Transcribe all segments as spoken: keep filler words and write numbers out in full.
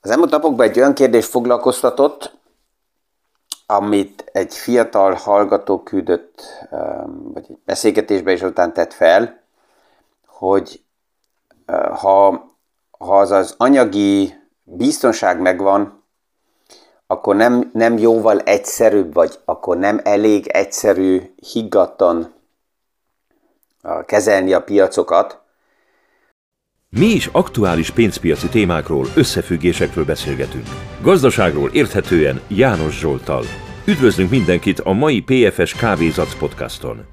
Az elmúlt napokban egy olyan kérdés foglalkoztatott, amit egy fiatal hallgató küldött, vagy egy beszélgetésbe is után tett fel, hogy ha, ha az az anyagi biztonság megvan, akkor nem, nem jóval egyszerűbb, vagy akkor nem elég egyszerű higgadtan kezelni a piacokat. Mi is aktuális pénzpiaci témákról, összefüggésekről beszélgetünk. Gazdaságról érthetően János Zsolttal. Üdvözlünk mindenkit a mai pé ef es Kávézac podcaston.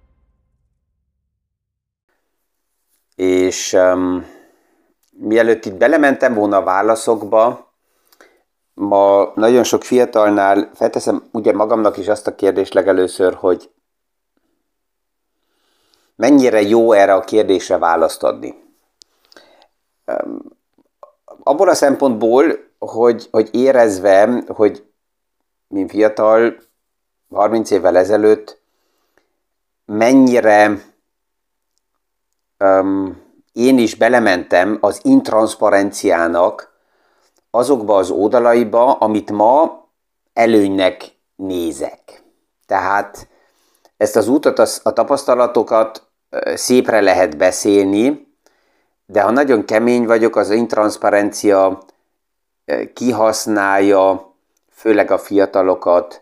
És um, mielőtt itt belementem volna a válaszokba, ma nagyon sok fiatalnál felteszem ugye magamnak is azt a kérdést legelőször, hogy mennyire jó erre a kérdésre választ adni. Um, abból a szempontból, hogy, hogy érezve, hogy mint fiatal, harminc évvel ezelőtt mennyire um, én is belementem az intranszparenciának azokba az oldalaiba, amit ma előnynek nézek. Tehát ezt az útat, a tapasztalatokat szépre lehet beszélni, de ha nagyon kemény vagyok, az intranszparencia kihasználja, főleg a fiatalokat,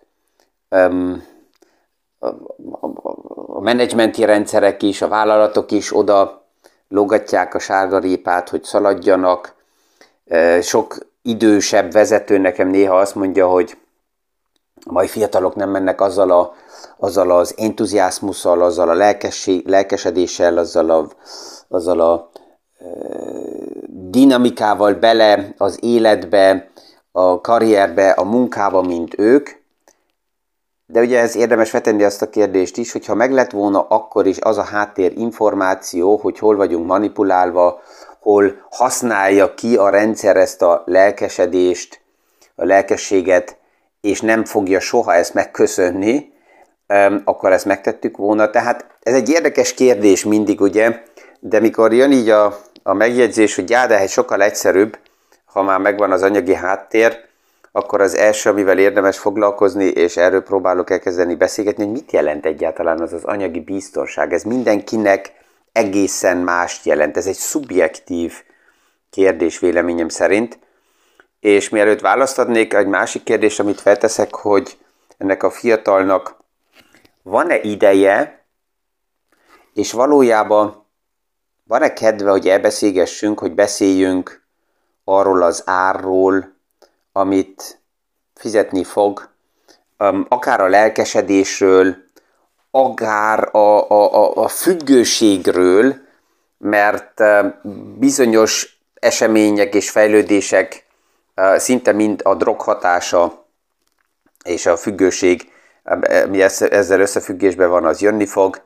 a menedzsmenti rendszerek is, a vállalatok is oda lógatják a sárgarépát, hogy szaladjanak. Sok idősebb vezető nekem néha azt mondja, hogy a mai fiatalok nem mennek azzal, a, azzal az entuziaszmussal, azzal a lelkesség, lelkesedéssel, azzal a, azzal a e, dinamikával bele az életbe, a karrierbe, a munkába, mint ők. De ugye ez érdemes feltenni azt a kérdést is, hogyha meg lett volna akkor is az a háttér információ, hogy hol vagyunk manipulálva, hol használja ki a rendszer ezt a lelkesedést, a lelkességet, és nem fogja soha ezt megköszönni, akkor ezt megtettük volna. Tehát ez egy érdekes kérdés mindig, ugye, de mikor jön így a, a megjegyzés, hogy já, de egy sokkal egyszerűbb, ha már megvan az anyagi háttér, akkor az első, amivel érdemes foglalkozni, és erről próbálok elkezdeni beszélgetni, hogy mit jelent egyáltalán az az anyagi biztonság. Ez mindenkinek egészen mást jelent. Ez egy szubjektív kérdés véleményem szerint. És mielőtt választ adnék, egy másik kérdés, amit felteszek, hogy ennek a fiatalnak van-e ideje, és valójában van-e kedve, hogy elbeszélgessünk, hogy beszéljünk arról az árról, amit fizetni fog, akár a lelkesedésről, akár a, a, a függőségről, mert bizonyos események és fejlődések szinte mind a drog hatása és a függőség, mi ezzel összefüggésben van, az jönni fog.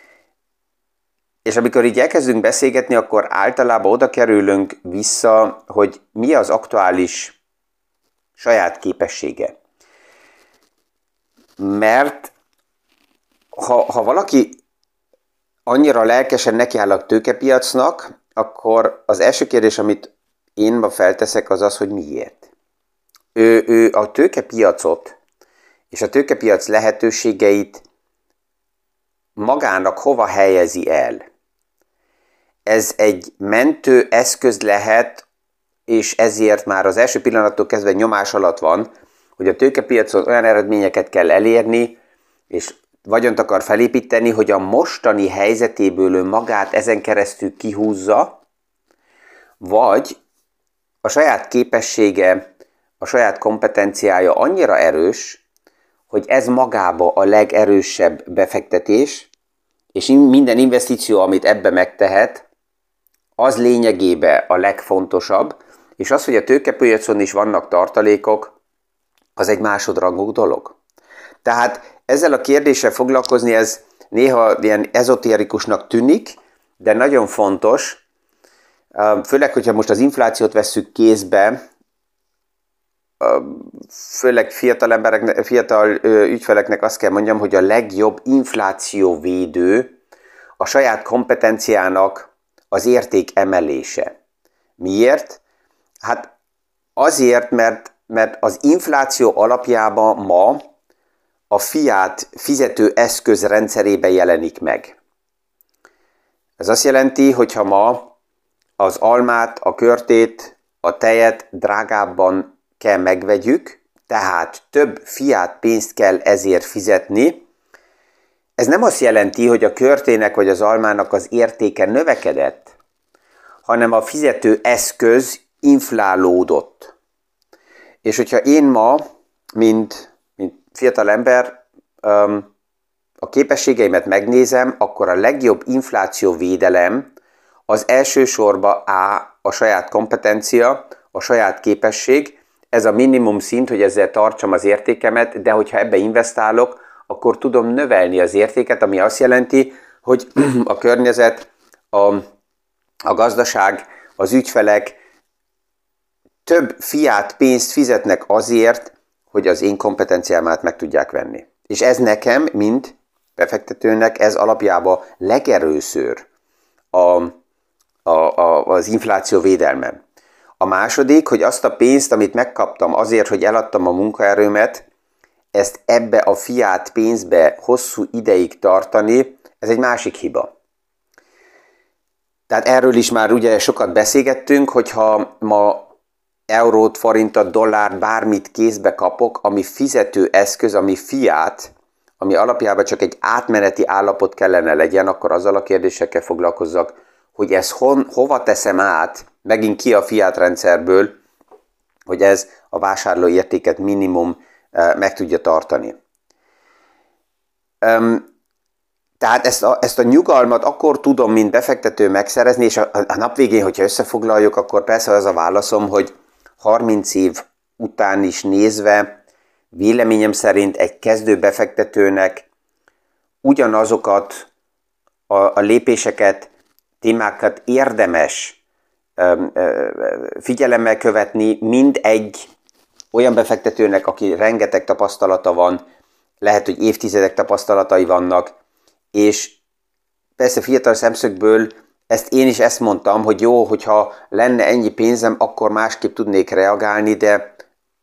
És amikor így elkezdünk beszélgetni, akkor általában oda kerülünk vissza, hogy mi az aktuális saját képessége. Mert ha, ha valaki annyira lelkesen nekiáll a tőkepiacnak, akkor az első kérdés, amit én ma felteszek, az az, hogy miért. Ő, ő a tőkepiacot és a tőkepiac lehetőségeit magának hova helyezi el. Ez egy mentő eszköz lehet, és ezért már az első pillanattól kezdve nyomás alatt van, hogy a tőkepiacon olyan eredményeket kell elérni, és vagyont akar felépíteni, hogy a mostani helyzetéből ő magát ezen keresztül kihúzza, vagy a saját képessége, a saját kompetenciája annyira erős, hogy ez magába a legerősebb befektetés, és minden investíció, amit ebbe megtehet, az lényegében a legfontosabb, és az, hogy a tőkepiacon is vannak tartalékok, az egy másodrangú dolog. Tehát ezzel a kérdéssel foglalkozni, ez néha ilyen ezotérikusnak tűnik, de nagyon fontos, főleg, hogyha most az inflációt vesszük kézbe, főleg fiatal emberek, fiatal ügyfeleknek azt kell mondjam, hogy a legjobb inflációvédő a saját kompetenciának az érték emelése. Miért? Hát Azért, mert, mert az infláció alapjában ma a fiát fizető eszköz rendszerébe jelenik meg. Ez azt jelenti, hogy ha ma az almát, a körtét, a tejet drágábban kell megvegyük, tehát több fiát pénzt kell ezért fizetni, ez nem azt jelenti, hogy a körtének vagy az almának az értéke növekedett, hanem a fizető eszköz inflálódott. És hogyha én ma, mint, mint fiatal ember, a képességeimet megnézem, akkor a legjobb inflációvédelem az elsősorban A, a saját kompetencia, a saját képesség, ez a minimum szint, hogy ezzel tartsam az értékemet, de hogyha ebbe investálok, akkor tudom növelni az értéket, ami azt jelenti, hogy a környezet, a, a gazdaság, az ügyfelek több fiát pénzt fizetnek azért, hogy az én kompetenciámat meg tudják venni. És ez nekem, mint befektetőnek, ez alapjában legerőször a, a, a, az infláció védelme. A második, hogy azt a pénzt, amit megkaptam azért, hogy eladtam a munkaerőmet, ezt ebbe a fiát pénzbe hosszú ideig tartani, ez egy másik hiba. Tehát erről is már ugye sokat beszélgettünk, hogyha ma eurót, forintot, dollárt, bármit kézbe kapok, ami fizető eszköz, ami fiát, ami alapjában csak egy átmeneti állapot kellene legyen, akkor azzal a kérdésekkel foglalkozzak, hogy ezt hon, hova teszem át, megint ki a fiát rendszerből, hogy ez a vásárló értéket minimum uh, meg tudja tartani. Um, tehát ezt a, ezt a nyugalmat akkor tudom, mint befektető megszerezni, és a, a nap végén, hogyha összefoglaljuk, akkor persze az a válaszom, hogy harminc év után is nézve, véleményem szerint egy kezdő befektetőnek ugyanazokat a, a lépéseket, témákat érdemes öm, öm, figyelemmel követni, mind egy olyan befektetőnek, aki rengeteg tapasztalata van, lehet, hogy évtizedek tapasztalatai vannak, és persze fiatal szemszögből ezt én is ezt mondtam, hogy jó, hogyha lenne ennyi pénzem, akkor másképp tudnék reagálni, de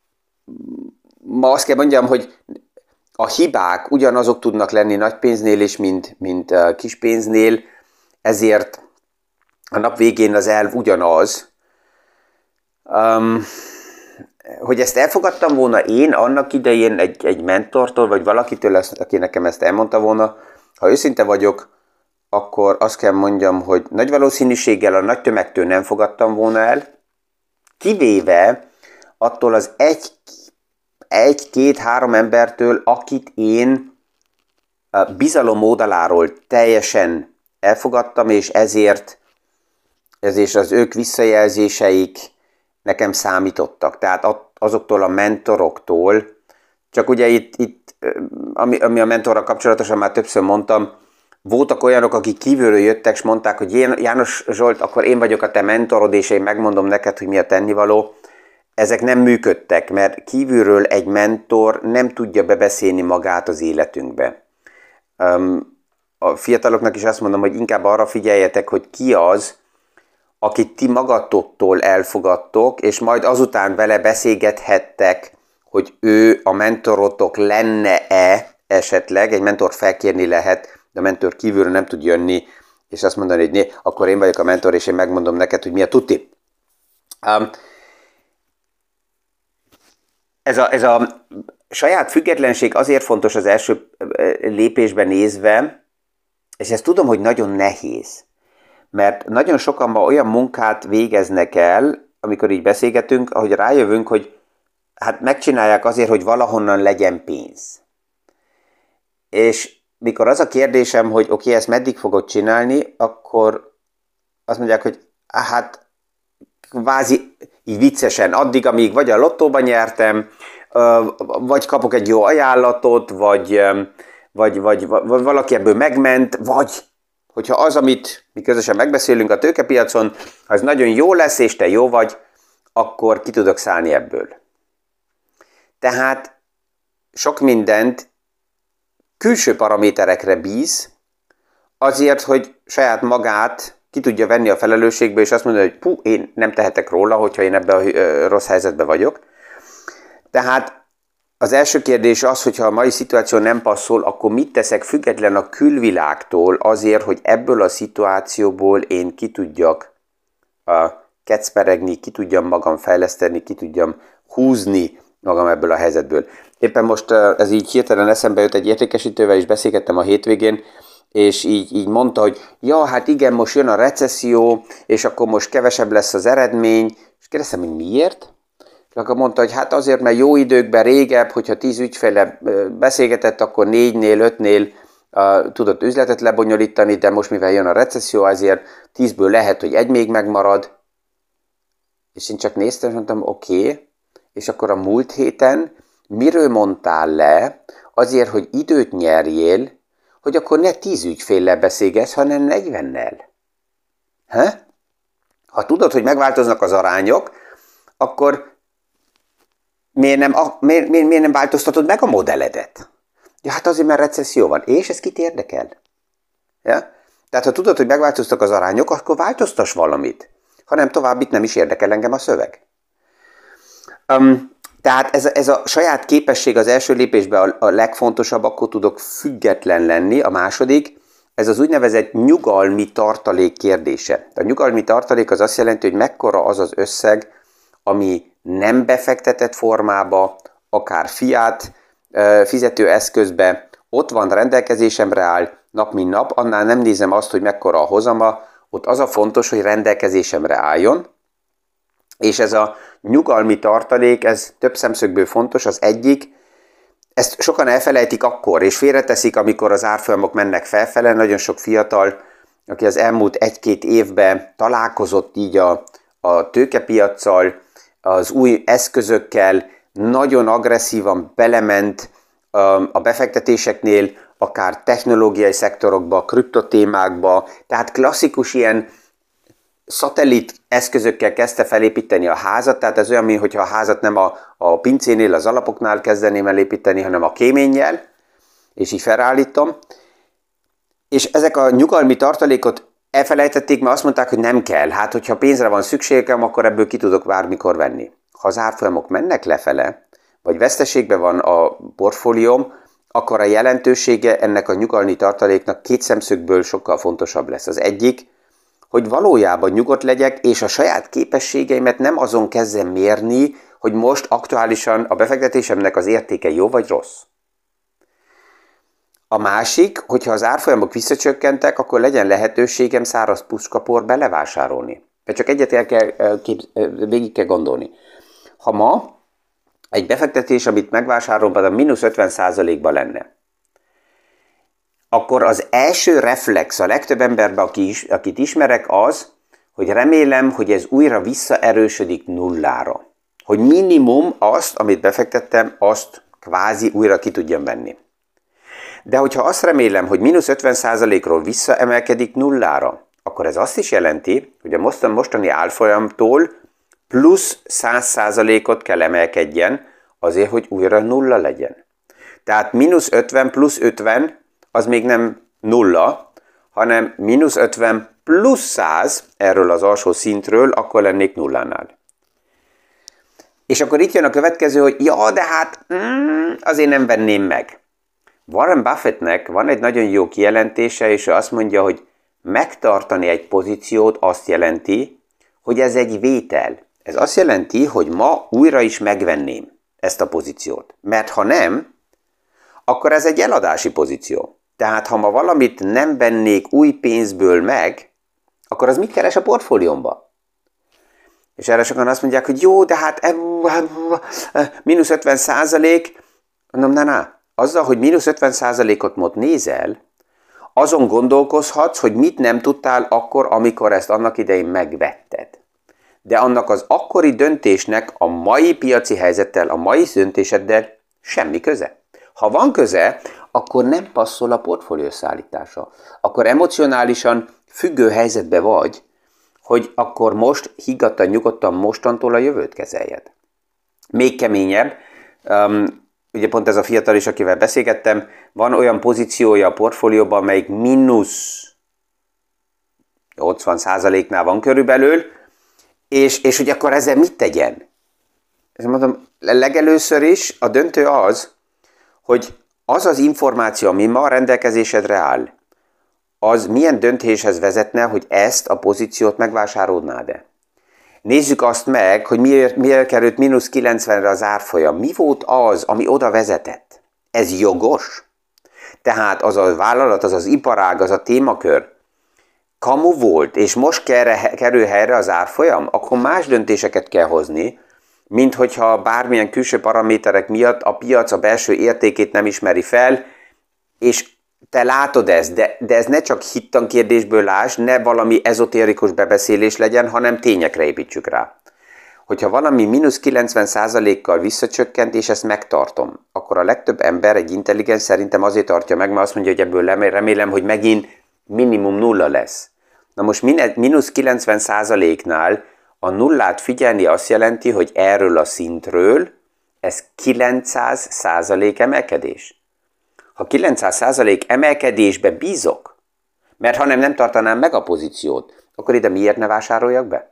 ma azt kell mondjam, hogy a hibák ugyanazok tudnak lenni nagy pénznél is, mint, mint uh, kis pénznél, ezért a nap végén az elv ugyanaz. Um, hogy ezt elfogadtam volna én annak idején egy, egy mentortól, vagy valakitől, aki nekem ezt elmondta volna, ha őszinte vagyok, akkor azt kell mondjam, hogy nagy valószínűséggel a nagy tömegtől nem fogadtam volna el, kivéve attól az egy, egy két, három embertől, akit én bizalom oldaláról teljesen elfogadtam, és ezért, ezért az ők visszajelzéseik nekem számítottak. Tehát azoktól a mentoroktól, csak ugye itt, itt ami, ami a mentorral kapcsolatosan már többször mondtam, voltak olyanok, akik kívülről jöttek, és mondták, hogy én, János Zsolt, akkor én vagyok a te mentorod, és én megmondom neked, hogy mi a tennivaló. Ezek nem működtek, mert kívülről egy mentor nem tudja bebeszélni magát az életünkbe. A fiataloknak is azt mondom, hogy inkább arra figyeljetek, hogy ki az, akit ti magatoktól elfogadtok, és majd azután vele beszélgethettek, hogy ő a mentorotok lenne-e esetleg, egy mentor felkérni lehet, de a mentor kívülről nem tud jönni, és azt mondani, hogy né, akkor én vagyok a mentor, és én megmondom neked, hogy mi a tuti. Um, ez, a, ez a saját függetlenség azért fontos az első lépésben nézve, és ezt tudom, hogy nagyon nehéz, mert nagyon sokan ma olyan munkát végeznek el, amikor így beszélgetünk, ahogy rájövünk, hogy hát megcsinálják azért, hogy valahonnan legyen pénz. És mikor az a kérdésem, hogy oké, okay, ezt meddig fogod csinálni, akkor azt mondják, hogy hát kvázi így viccesen, addig, amíg vagy a lottóban nyertem, vagy kapok egy jó ajánlatot, vagy, vagy, vagy, vagy valaki ebből megment, vagy hogyha az, amit mi közösen megbeszélünk a tőkepiacon, az nagyon jó lesz, és te jó vagy, akkor ki tudok szállni ebből. Tehát sok mindent külső paraméterekre bíz, azért, hogy saját magát ki ki tudja venni a felelősségbe, és azt mondja, hogy puh, én nem tehetek róla, hogyha én ebben a rossz helyzetben vagyok. Tehát az első kérdés az, hogyha a mai szituáció nem passzol, akkor mit teszek független a külvilágtól azért, hogy ebből a szituációból én ki tudjak uh, kecperegni, ki tudjam magam fejleszteni, ki tudjam húzni magam ebből a helyzetből. Éppen most uh, ez így hirtelen eszembe jött, egy értékesítővel is beszélgettem a hétvégén, és így, így mondta, hogy ja, hát igen, most jön a recesszió, és akkor most kevesebb lesz az eredmény, és kérdeztem, hogy miért? És akkor mondta, hogy hát azért, mert jó időkben régebb, hogyha tíz ügyféle beszélgetett, akkor négynél, ötnél uh, tudott üzletet lebonyolítani, de most mivel jön a recesszió, azért tízből lehet, hogy egy még megmarad. És én csak néztem, és mondtam, oké, okay. És akkor a múlt héten miről mondtál le, azért, hogy időt nyerjél, hogy akkor ne tíz ügyféllel beszélgetsz, hanem negyvennel. Ha? Ha tudod, hogy megváltoznak az arányok, akkor miért nem, miért, miért, miért nem változtatod meg a modelledet? Ja, hát azért, mert recesszió van. És ez kit érdekel? Ja? Tehát, ha tudod, hogy megváltoztak az arányok, akkor változtass valamit. Ha nem, továbbit nem is érdekel engem a szöveg. Um, tehát ez a, ez a saját képesség az első lépésben a, a legfontosabb, akkor tudok független lenni. A második, ez az úgynevezett nyugalmi tartalék kérdése. A nyugalmi tartalék az azt jelenti, hogy mekkora az az összeg, ami nem befektetett formába, akár fiát fizetőeszközbe, ott van, rendelkezésemre áll nap mint nap, annál nem nézem azt, hogy mekkora a hozama, ott az a fontos, hogy rendelkezésemre álljon, és ez a nyugalmi tartalék, ez több szemszögből fontos. Az egyik, ezt sokan elfelejtik akkor, és félreteszik, amikor az árfolyamok mennek felfele. Nagyon sok fiatal, aki az elmúlt egy-két évben találkozott így a, a tőkepiaccal, az új eszközökkel, nagyon agresszívan belement a befektetéseknél, akár technológiai szektorokba, kriptotémákba, tehát klasszikus ilyen szatellit eszközökkel kezdte felépíteni a házat, tehát ez olyan, mintha a házat nem a, a pincénél, az alapoknál kezdeném elépíteni, hanem a kéménnyel, és így felállítom. És ezek a nyugalmi tartalékot elfelejtették, mert azt mondták, hogy nem kell. Hát, hogyha pénzre van szükségem, akkor ebből ki tudok bármikor venni. Ha az árfolyamok mennek lefele, vagy veszteségben van a portfólióm, akkor a jelentősége ennek a nyugalmi tartaléknak két szemszögből sokkal fontosabb lesz. Az egyik, hogy valójában nyugodt legyek, és a saját képességeimet nem azon kezdem mérni, hogy most aktuálisan a befektetésemnek az értéke jó vagy rossz. A másik, hogyha az árfolyamok visszacsökkentek, akkor legyen lehetőségem száraz puskapor belevásárolni. De csak egyet el kell, végig kell gondolni. Ha ma egy befektetés, amit megvásárolom, a mínusz ötven százalékban lenne, akkor az első reflex a legtöbb emberben, aki is, akit ismerek, az, hogy remélem, hogy ez újra visszaerősödik nullára. Hogy minimum azt, amit befektettem, azt kvázi újra ki tudjam venni. De hogyha azt remélem, hogy mínusz ötven százalékról visszaemelkedik nullára, akkor ez azt is jelenti, hogy a mostani, mostani árfolyamtól plusz száz százalékot kell emelkedjen azért, hogy újra nulla legyen. Tehát mínusz ötven plusz ötven az még nem nulla, hanem mínusz ötven plusz száz erről az alsó szintről, akkor lennék nullánál. És akkor itt jön a következő, hogy ja, de hát mm, azért nem venném meg. Warren Buffettnek van egy nagyon jó kijelentése, és ő azt mondja, hogy megtartani egy pozíciót azt jelenti, hogy ez egy vétel. Ez azt jelenti, hogy ma újra is megvenném ezt a pozíciót. Mert ha nem, akkor ez egy eladási pozíció. Tehát ha ma valamit nem vennék új pénzből meg, akkor az mit keres a portfóliómba? És erre sokan azt mondják, hogy jó, de hát mínusz ötven százalék, mondom, na, na, azzal, hogy mínusz ötven százalékot most nézel, azon gondolkozhatsz, hogy mit nem tudtál akkor, amikor ezt annak idején megvetted. De annak az akkori döntésnek a mai piaci helyzettel, a mai döntéseddel semmi köze. Ha van köze, akkor nem passzol a portfólió összeállítása. Akkor emocionálisan függő helyzetbe vagy, hogy akkor most higgadtan, nyugodtan mostantól a jövőt kezeljed. Még keményebb, um, ugye pont ez a fiatal is, akivel beszélgettem, van olyan pozíciója a portfólióban, amelyik mínusz nyolcvan százaléknál van körülbelül, és, és hogy akkor ezzel mit tegyen? És mondom, legelőször is a döntő az, hogy az az információ, ami ma a rendelkezésedre áll, az milyen döntéshez vezetne, hogy ezt a pozíciót megvásárolnád-e? Nézzük azt meg, hogy miért, miért került mínusz kilencvenre az árfolyam. Mi volt az, ami oda vezetett? Ez jogos? Tehát az a vállalat, az az iparág, az a témakör kamu volt, és most kerül helyre az árfolyam, akkor más döntéseket kell hozni, mint hogyha bármilyen külső paraméterek miatt a piac a belső értékét nem ismeri fel, és te látod ezt, de, de ez ne csak hittankérdésből láss, ne valami ezotérikus bebeszélés legyen, hanem tényekre építsük rá. Hogyha valami mínusz kilencven százalékkal visszacsökkent, és ezt megtartom, akkor a legtöbb ember, egy intelligens szerintem azért tartja meg, mert azt mondja, hogy ebből remélem, hogy megint minimum nulla lesz. Na most mínusz kilencven százaléknál a nullát figyelni azt jelenti, hogy erről a szintről ez kilencszáz százalék emelkedés. Ha kilencszáz százalék emelkedésbe bízok, mert ha nem, nem tartanám meg a pozíciót, akkor ide miért ne vásároljak be?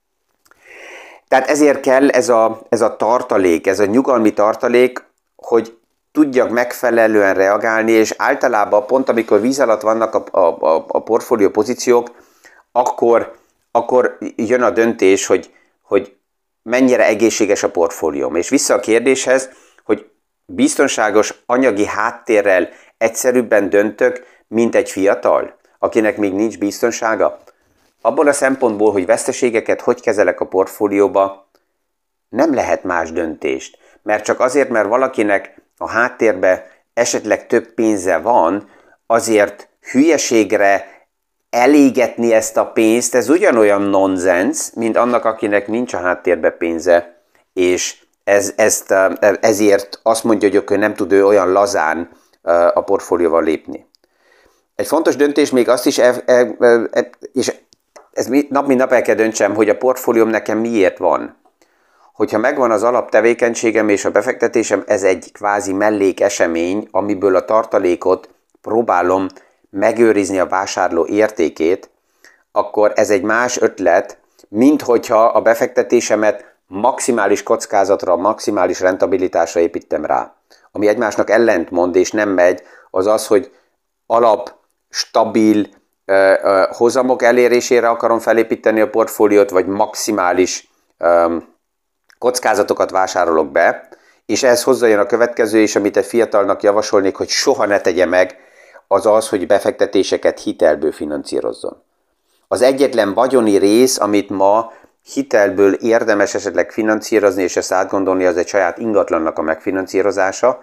Tehát ezért kell ez a, ez a tartalék, ez a nyugalmi tartalék, hogy tudjak megfelelően reagálni, és általában pont amikor víz alatt vannak a, a, a portfólió pozíciók, akkor, akkor jön a döntés, hogy, hogy mennyire egészséges a portfólióm. És vissza a kérdéshez, hogy biztonságos anyagi háttérrel egyszerűbben döntök, mint egy fiatal, akinek még nincs biztonsága. Abból a szempontból, hogy veszteségeket hogy kezelek a portfólióba, nem lehet más döntést. Mert csak azért, mert valakinek a háttérbe esetleg több pénze van, azért hülyeségre elégetni ezt a pénzt, ez ugyanolyan nonsens, mint annak, akinek nincs a háttérbe pénze, és ez, ezt, ezért azt mondja, hogy akkor nem tud ő olyan lazán a portfólióval lépni. Egy fontos döntés még azt is, el, el, el, és ez nap mint nap el kell döntsem, hogy a portfólióm nekem miért van. Hogyha megvan az alaptevékenységem és a befektetésem, ez egy kvázi mellékesemény, amiből a tartalékot próbálom megőrizni a vásárló értékét, akkor ez egy más ötlet, mint hogyha a befektetésemet maximális kockázatra, maximális rentabilitásra építem rá. Ami egymásnak ellentmond és nem megy, az az, hogy alap, stabil uh, uh, hozamok elérésére akarom felépíteni a portfóliót, vagy maximális um, kockázatokat vásárolok be, és ehhez hozzájön a következő is, amit egy fiatalnak javasolnék, hogy soha ne tegye meg, az az, hogy befektetéseket hitelből finanszírozzon. Az egyetlen vagyoni rész, amit ma hitelből érdemes esetleg finanszírozni, és ezt átgondolni, az egy saját ingatlannak a megfinanszírozása.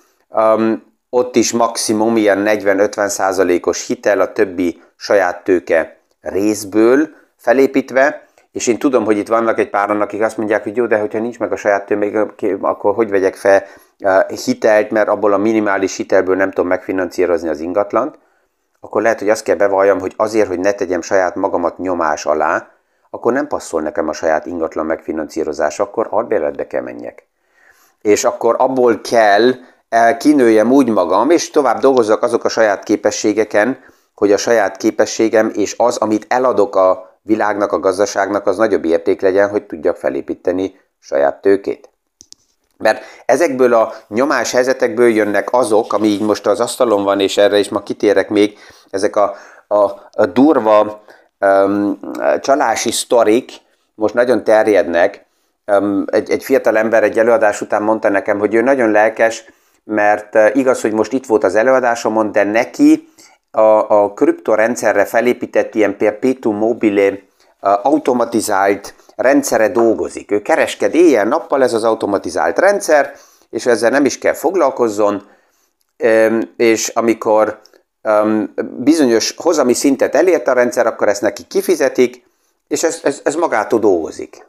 Um, ott is maximum ilyen negyven-ötven százalékos hitel, a többi saját tőke részből felépítve, és én tudom, hogy itt vannak egy páran, akik azt mondják, hogy jó, de hogyha nincs meg a saját tőke, akkor hogy vegyek fel hitelt, mert abból a minimális hitelből nem tudom megfinanszírozni az ingatlant, akkor lehet, hogy azt kell bevalljam, hogy azért, hogy ne tegyem saját magamat nyomás alá, akkor nem passzol nekem a saját ingatlan megfinanszírozás, akkor albérletbe kell menjek. És akkor abból kell kinőjem úgy magam, és tovább dolgozzak azok a saját képességeken, hogy a saját képességem és az, amit eladok a világnak, a gazdaságnak, az nagyobb érték legyen, hogy tudjak felépíteni saját tőkét. Mert ezekből a nyomás helyzetekből jönnek azok, ami így most az asztalon van, és erre is ma kitérek még, ezek a, a, a durva um, csalási sztorik most nagyon terjednek. Um, egy, egy fiatal ember egy előadás után mondta nekem, hogy ő nagyon lelkes, mert uh, igaz, hogy most itt volt az előadásomon, de neki a, a kriptorendszerre felépített ilyen perpetuum mobile uh, automatizált rendszere dolgozik. Ő kereskedett éjjel-nappal, ez az automatizált rendszer, és ezzel nem is kell foglalkozzon, és amikor bizonyos hozami szintet elért a rendszer, akkor ezt neki kifizetik, és ez, ez, ez magától dolgozik.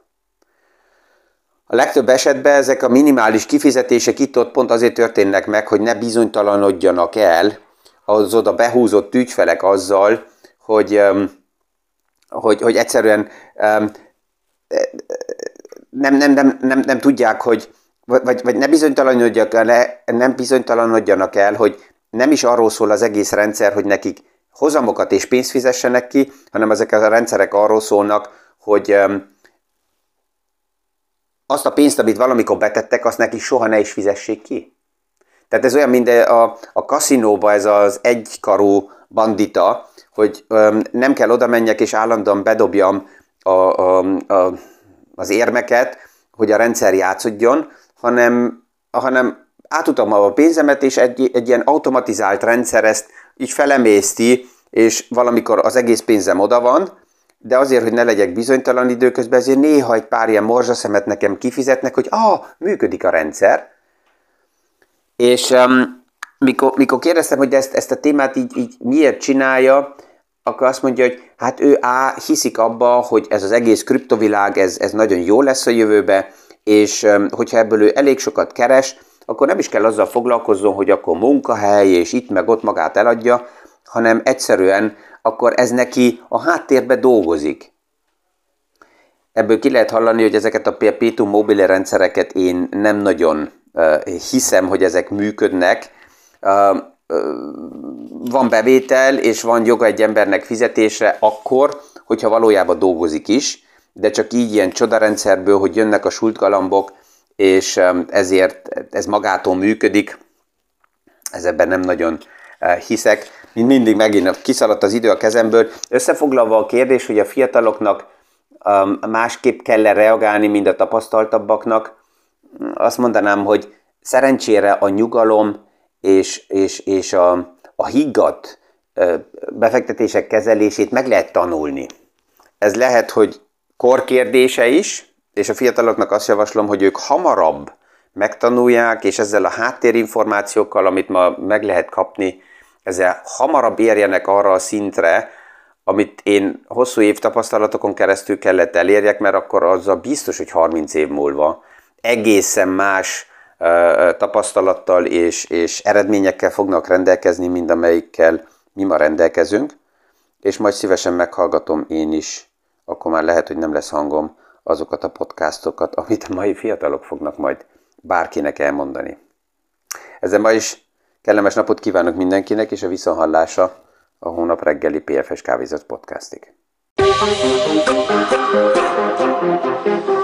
A legtöbb esetben ezek a minimális kifizetések itt-ott pont azért történnek meg, hogy ne bizonytalanodjanak el az oda behúzott ügyfelek azzal, hogy, hogy, hogy egyszerűen Nem, nem, nem, nem, nem tudják, hogy, vagy, vagy ne bizonytalanodjanak el, nem bizonytalanodjanak el, hogy nem is arról szól az egész rendszer, hogy nekik hozamokat és pénzt fizessenek ki, hanem ezek a rendszerek arról szólnak, hogy azt a pénzt, amit valamikor betettek, azt neki soha ne is fizessék ki. Tehát ez olyan, mint a, a kaszinóba ez az egykarú bandita, hogy öm, nem kell oda menjek és állandóan bedobjam a, a, a, az érmeket, hogy a rendszer játszodjon, hanem, hanem átutam a pénzemet, és egy, egy ilyen automatizált rendszer ezt így felemészti, és valamikor az egész pénzem oda van, de azért, hogy ne legyek bizonytalan időközben, ezért néha egy pár ilyen morzsaszemet nekem kifizetnek, hogy ah, működik a rendszer. És um, mikor, mikor kérdeztem, hogy ezt, ezt a témát így, így miért csinálja, akkor azt mondja, hogy hát ő á, hiszik abba, hogy ez az egész kriptovilág, ez, ez nagyon jó lesz a jövőbe, és um, hogyha ebből ő elég sokat keres, akkor nem is kell azzal foglalkozzon, hogy akkor munkahely, és itt meg ott magát eladja, hanem egyszerűen akkor ez neki a háttérbe dolgozik. Ebből ki lehet hallani, hogy ezeket a perpetuum mobile rendszereket én nem nagyon uh, hiszem, hogy ezek működnek. Uh, uh, van bevétel, és van joga egy embernek fizetésre akkor, hogyha valójában dolgozik is, de csak így ilyen csodarendszerből, hogy jönnek a sultgalambok, és um, ezért ez magától működik, ez ebben nem nagyon uh, hiszek. Mint mindig megint kiszaladt az idő a kezemből. Összefoglalva a kérdés, hogy a fiataloknak um, másképp kell reagálni, mint a tapasztaltabbaknak, azt mondanám, hogy szerencsére a nyugalom és, és, és a, a higgadt uh, befektetések kezelését meg lehet tanulni. Ez lehet, hogy korkérdése is, és a fiataloknak azt javaslom, hogy ők hamarabb megtanulják, és ezzel a háttérinformációkkal, amit ma meg lehet kapni, ezzel hamarabb érjenek arra a szintre, amit én hosszú év tapasztalatokon keresztül kellett elérjek, mert akkor azzal biztos, hogy harminc év múlva egészen más uh, tapasztalattal és, és eredményekkel fognak rendelkezni, mint amelyikkel mi ma rendelkezünk, és majd szívesen meghallgatom én is, akkor már lehet, hogy nem lesz hangom, azokat a podcastokat, amit a mai fiatalok fognak majd bárkinek elmondani. Ezzel ma is kellemes napot kívánok mindenkinek, és a viszonthallásra a hónap reggeli pé ef es Kávézat podcastig.